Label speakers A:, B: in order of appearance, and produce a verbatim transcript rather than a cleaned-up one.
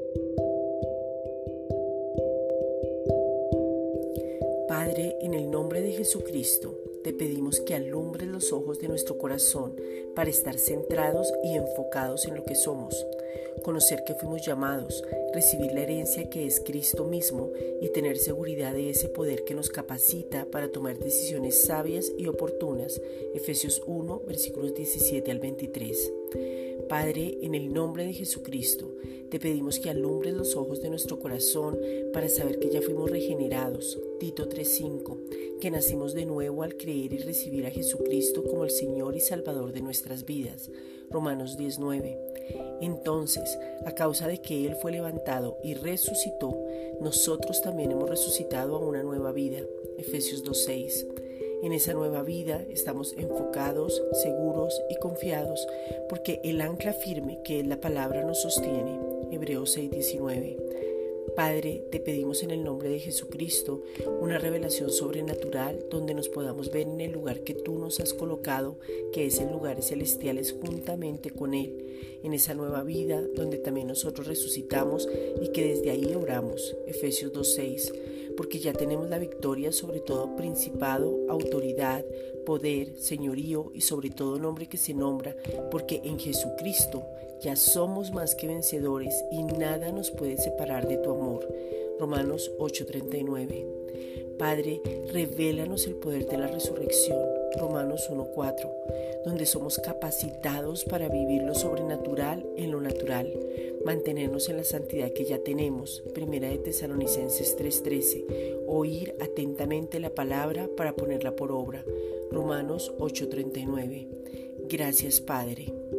A: Padre, en el nombre de Jesucristo, te pedimos que alumbres los ojos de nuestro corazón para estar centrados y enfocados en lo que somos, conocer que fuimos llamados, recibir la herencia que es Cristo mismo y tener seguridad de ese poder que nos capacita para tomar decisiones sabias y oportunas. Efesios uno, versículos diecisiete al veintitrés. Padre, en el nombre de Jesucristo, te pedimos que alumbres los ojos de nuestro corazón para saber que ya fuimos regenerados, Tito tres cinco, que nacimos de nuevo al creer y recibir a Jesucristo como el Señor y Salvador de nuestras vidas, Romanos diez nueve. Entonces, a causa de que Él fue levantado y resucitó, nosotros también hemos resucitado a una nueva vida, Efesios dos seis. En esa nueva vida estamos enfocados, seguros y confiados, porque el ancla firme que es la palabra nos sostiene, Hebreos seis diecinueve. Padre, te pedimos en el nombre de Jesucristo una revelación sobrenatural donde nos podamos ver en el lugar que tú nos has colocado, que es en lugares celestiales juntamente con Él, en esa nueva vida donde también nosotros resucitamos y que desde ahí oramos, Efesios dos seis, porque ya tenemos la victoria sobre todo principado, autoridad, poder, señorío y sobre todo nombre que se nombra, porque en Jesucristo ya somos más que vencedores y nada nos puede separar de tu amor. Romanos ocho treinta y nueve. Padre, revélanos el poder de la resurrección, Romanos uno cuatro, donde somos capacitados para vivir lo sobrenatural en lo natural, mantenernos en la santidad que ya tenemos, Primera de Tesalonicenses tres trece, oír atentamente la palabra para ponerla por obra, Romanos ocho treinta y nueve. Gracias, Padre.